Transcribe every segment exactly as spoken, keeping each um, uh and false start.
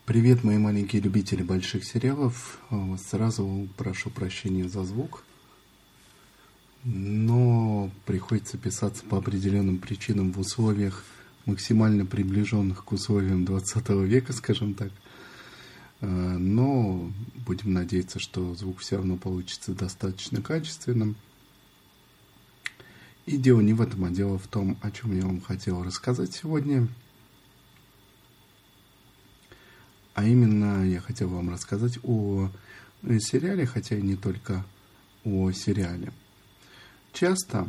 Привет, мои маленькие любители больших сериалов. Сразу прошу прощения за звук, но приходится писаться по определенным причинам в условиях, максимально приближенных к условиям двадцатого века, скажем так. Но будем надеяться, что звук все равно получится достаточно качественным. И дело не в этом, а дело в том, о чем я вам хотел рассказать сегодня. А именно, я хотел вам рассказать о сериале, хотя и не только о сериале. Часто,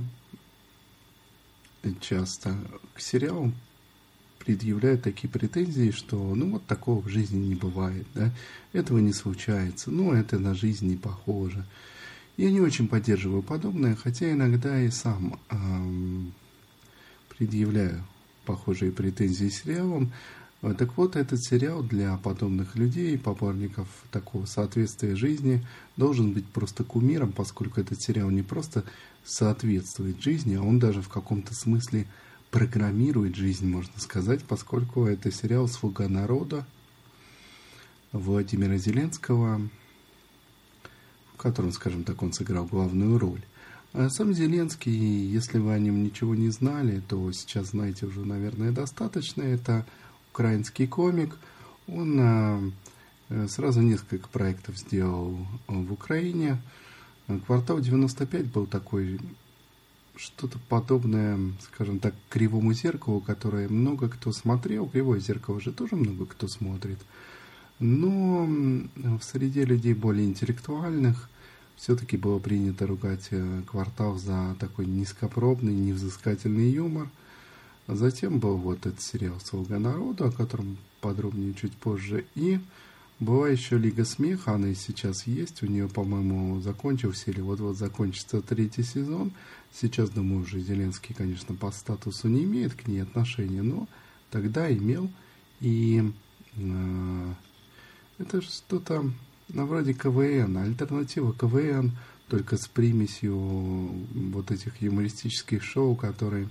часто к сериалу предъявляют такие претензии, что ну вот такого в жизни не бывает, да, этого не случается, ну это на жизнь не похоже. Я не очень поддерживаю подобное, хотя иногда и сам эм, предъявляю похожие претензии сериалам. Так вот, этот сериал для подобных людей, поборников такого соответствия жизни, должен быть просто кумиром, поскольку этот сериал не просто соответствует жизни, а он даже в каком-то смысле программирует жизнь, можно сказать, поскольку это сериал «Слуга народа» Владимира Зеленского, в котором, скажем так, он сыграл главную роль. А сам Зеленский, если вы о нем ничего не знали, то сейчас знаете уже, наверное, достаточно. Это украинский комик. Он а, сразу несколько проектов сделал в Украине. «Квартал девяносто пять» был такой, что-то подобное, скажем так, «Кривому зеркалу», которое много кто смотрел. «Кривое зеркало» же тоже много кто смотрит. Но в среде людей более интеллектуальных все-таки было принято ругать «Квартал» за такой низкопробный, невзыскательный юмор. Затем был вот этот сериал «Слуга народа», о котором подробнее чуть позже. И была еще «Лига смеха», она и сейчас есть. У нее, по-моему, закончился или вот-вот закончится третий сезон. Сейчас, думаю, уже Зеленский, конечно, по статусу не имеет к ней отношения, но тогда имел. И э, это что-то на вроде КВН, альтернатива КВН, только с примесью вот этих юмористических шоу, которые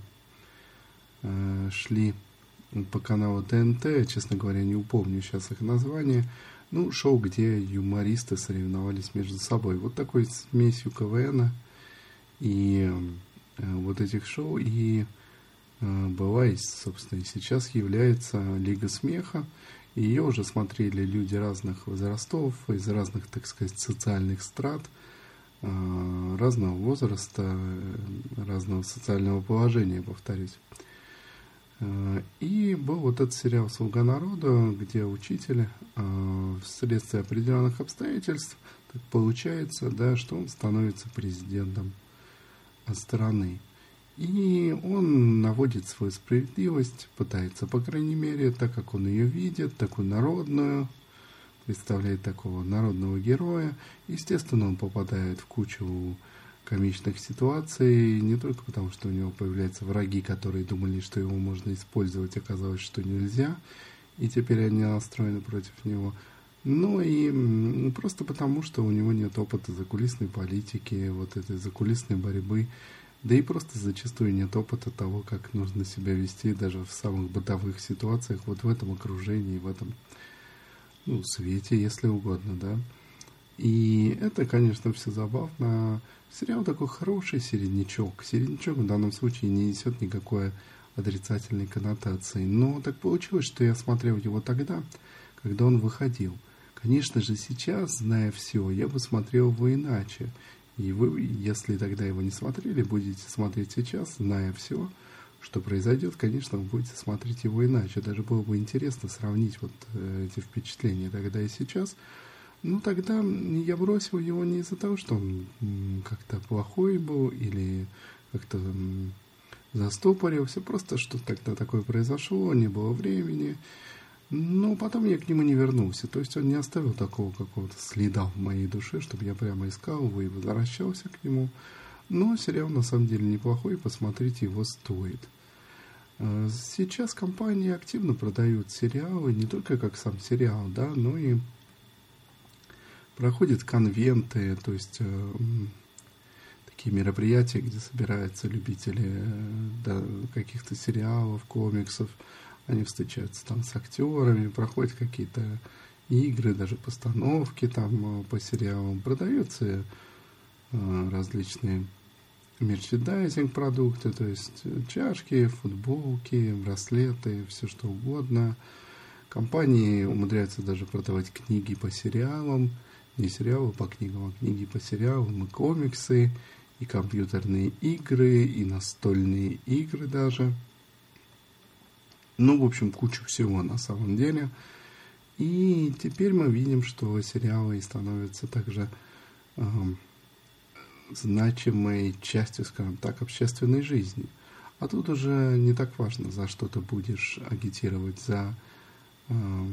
шли по каналу ТНТ, честно говоря, не упомню сейчас их название. Ну, шоу, где юмористы соревновались между собой. Вот такой смесью КВН и э, вот этих шоу. И э, была, и, собственно, и сейчас является «Лига смеха». И ее уже смотрели люди разных возрастов, из разных, так сказать, социальных страт, э, разного возраста, разного социального положения, повторюсь. И был вот этот сериал «Слуга народа», где учитель э, вследствие определенных обстоятельств так получается, да, что он становится президентом страны. И он наводит свою справедливость, пытается, по крайней мере, так как он ее видит, такую народную, представляет такого народного героя. Естественно, он попадает в кучу комичных ситуаций, не только потому, что у него появляются враги, которые думали, что его можно использовать, оказалось, что нельзя, и теперь они настроены против него, но и просто потому, что у него нет опыта закулисной политики, вот этой закулисной борьбы, да и просто зачастую нет опыта того, как нужно себя вести даже в самых бытовых ситуациях, вот в этом окружении, в этом, ну, свете, если угодно, да. И это, конечно, все забавно. Сериал такой хороший, середнячок. Середнячок в данном случае не несет никакой отрицательной коннотации. Но так получилось, что я смотрел его тогда, когда он выходил. Конечно же, сейчас, зная все, я бы смотрел его иначе. И вы, если тогда его не смотрели, будете смотреть сейчас, зная все, что произойдет, конечно, вы будете смотреть его иначе. Даже было бы интересно сравнить вот эти впечатления тогда и сейчас. Ну, тогда я бросил его не из-за того, что он как-то плохой был или как-то застопорился, просто что тогда такое произошло, не было времени. Но потом я к нему не вернулся, то есть он не оставил такого какого-то следа в моей душе, чтобы я прямо искал его и возвращался к нему. Но сериал на самом деле неплохой, посмотрите, его стоит. Сейчас компании активно продают сериалы, не только как сам сериал, да, но и проходят конвенты, то есть э, такие мероприятия, где собираются любители э, да, каких-то сериалов, комиксов, Они встречаются там с актерами, проходят какие-то игры, даже постановки там по сериалам, продаются э, различные мерчендайзинг-продукты, то есть чашки, футболки, браслеты, все что угодно. Компании умудряются даже продавать книги по сериалам, не сериалы по книгам, а книги по сериалам, и комиксы, и компьютерные игры, и настольные игры даже. Ну, в общем, кучу всего на самом деле. И теперь мы видим, что сериалы становятся также э, значимой частью, скажем так, общественной жизни. А тут уже не так важно, за что ты будешь агитировать, за э,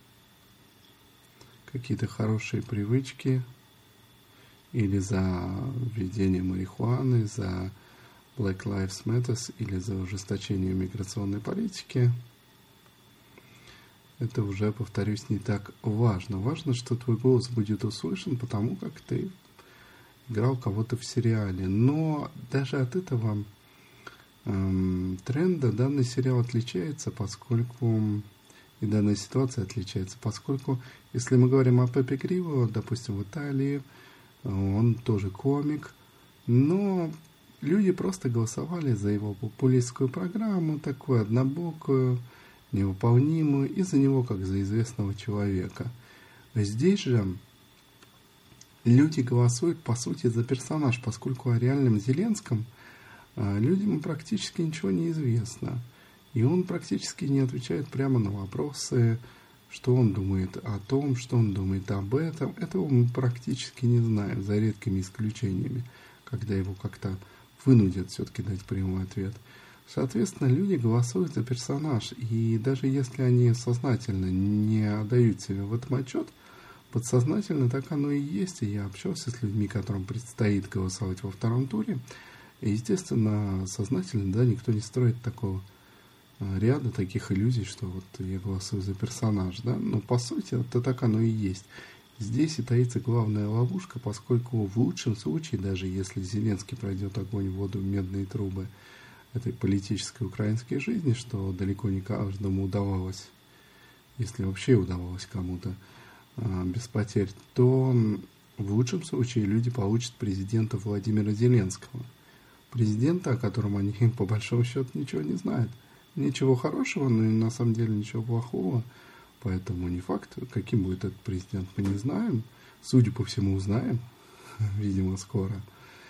какие-то хорошие привычки или за введение марихуаны, за Black Lives Matter или за ужесточение миграционной политики. Это уже, повторюсь, не так важно. Важно, что твой голос будет услышан, потому как ты играл кого-то в сериале. Но даже от этого эм, тренда данный сериал отличается, поскольку и данная ситуация отличается, поскольку, если мы говорим о Пепе Грилло, допустим, в Италии, он тоже комик, но люди просто голосовали за его популистскую программу, такую однобокую, невыполнимую, и за него, как за известного человека. Здесь же люди голосуют, по сути, за персонаж, поскольку о реальном Зеленском людям практически ничего не известно. И он практически не отвечает прямо на вопросы, что он думает о том, что он думает об этом. Этого мы практически не знаем, за редкими исключениями, когда его как-то вынудят все-таки дать прямой ответ. Соответственно, люди голосуют за персонаж, и даже если они сознательно не отдают себе в этом отчет, подсознательно так оно и есть. И я общался с людьми, которым предстоит голосовать во втором туре. И, естественно, сознательно, да, никто не строит такого ряда таких иллюзий, что вот я голосую за персонаж, да, но по сути это так оно и есть. Здесь и таится главная ловушка, поскольку в лучшем случае, даже если Зеленский пройдет огонь, воду, медные трубы этой политической украинской жизни, что далеко не каждому удавалось, если вообще удавалось кому-то а, без потерь, то в лучшем случае люди получат президента Владимира Зеленского. Президента, о котором они по большому счету ничего не знают. Ничего хорошего, но и на самом деле ничего плохого. Поэтому не факт, каким будет этот президент, мы не знаем. Судя по всему, узнаем, видимо, скоро.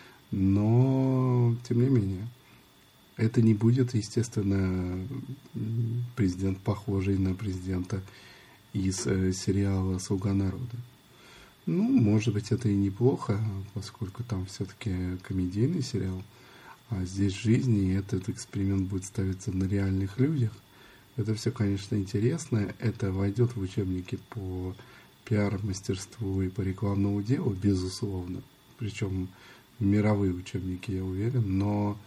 Но, тем не менее, это не будет, естественно, президент, похожий на президента из э, сериала «Слуга народа». Ну, может быть, это и неплохо, поскольку там все-таки комедийный сериал. А здесь жизнь, и этот эксперимент будет ставиться на реальных людях. Это все, конечно, интересно. Это войдет в учебники по пиар-мастерству и по рекламному делу, безусловно. Причем мировые учебники, я уверен. Но,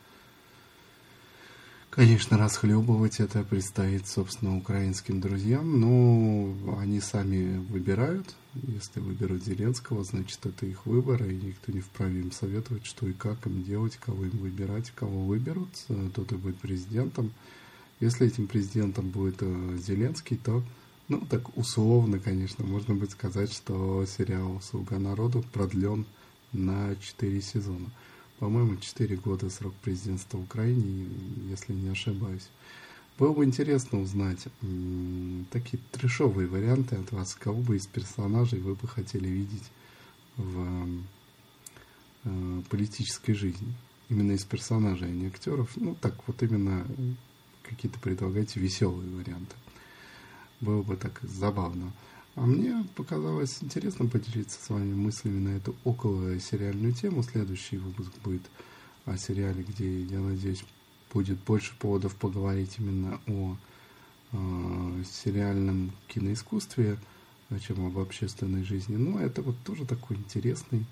конечно, расхлебывать это предстоит, собственно, украинским друзьям. Но они сами выбирают. Если выберут Зеленского, значит, это их выбор, и никто не вправе им советовать, что и как им делать, кого им выбирать. Кого выберут, тот и будет президентом. Если этим президентом будет Зеленский, то, ну, так условно, конечно, можно будет сказать, что сериал «Слуга народу» продлен на четыре сезона. По-моему, четыре года срок президентства в Украине, если не ошибаюсь. Было бы интересно узнать м, такие трешовые варианты от вас, кого бы из персонажей вы бы хотели видеть в э, политической жизни. Именно из персонажей, а не актеров. Ну, так вот именно какие-то предлагайте веселые варианты. Было бы так забавно. А мне показалось интересно поделиться с вами мыслями на эту около сериальную тему. Следующий выпуск будет о сериале, где, я надеюсь, будет больше поводов поговорить именно о э, сериальном киноискусстве, чем об общественной жизни. Но это вот тоже такой интересный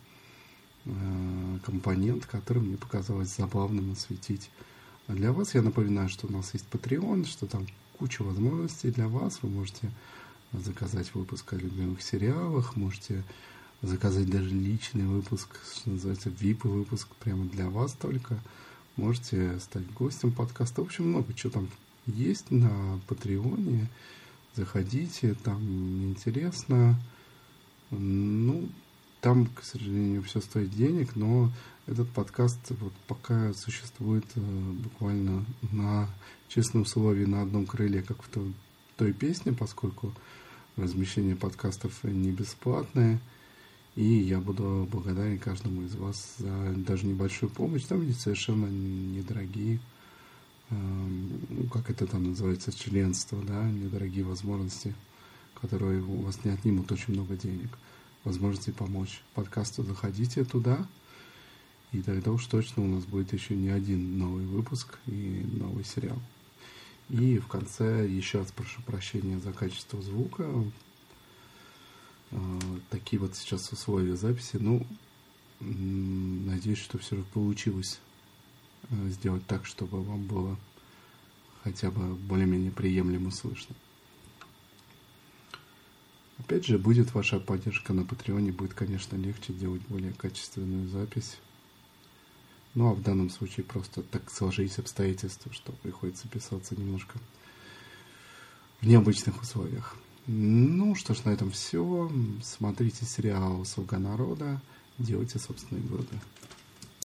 э, компонент, который мне показалось забавным осветить. А для вас я напоминаю, что у нас есть Patreon, что там куча возможностей для вас. Вы можете заказать выпуск о любимых сериалах, можете заказать даже личный выпуск, что называется, ви ай пи-выпуск прямо для вас только. Можете стать гостем подкаста. В общем, много чего там есть на Патреоне. Заходите, там интересно. Ну, там, к сожалению, все стоит денег, но этот подкаст вот пока существует э, буквально на честном слове на одном крыле, как в той, той песне, поскольку размещение подкастов не бесплатное. И я буду благодарен каждому из вас за даже небольшую помощь. Там есть совершенно недорогие, э, ну, как это там называется, членство, да, недорогие возможности, которые у вас не отнимут очень много денег. Возможности помочь подкасту. Заходите туда, и тогда уж точно у нас будет еще не один новый выпуск и новый сериал. И в конце еще раз прошу прощения за качество звука. Такие вот сейчас условия записи. Ну, надеюсь, что все же получилось сделать так, чтобы вам было хотя бы более-менее приемлемо слышно. Опять же, будет ваша поддержка на Патреоне, будет, конечно, легче делать более качественную запись. Ну, а в данном случае просто так сложились обстоятельства, что приходится писаться немножко в необычных условиях. Ну, что ж, на этом все. Смотрите сериал «Слуга народа», делайте собственные выводы.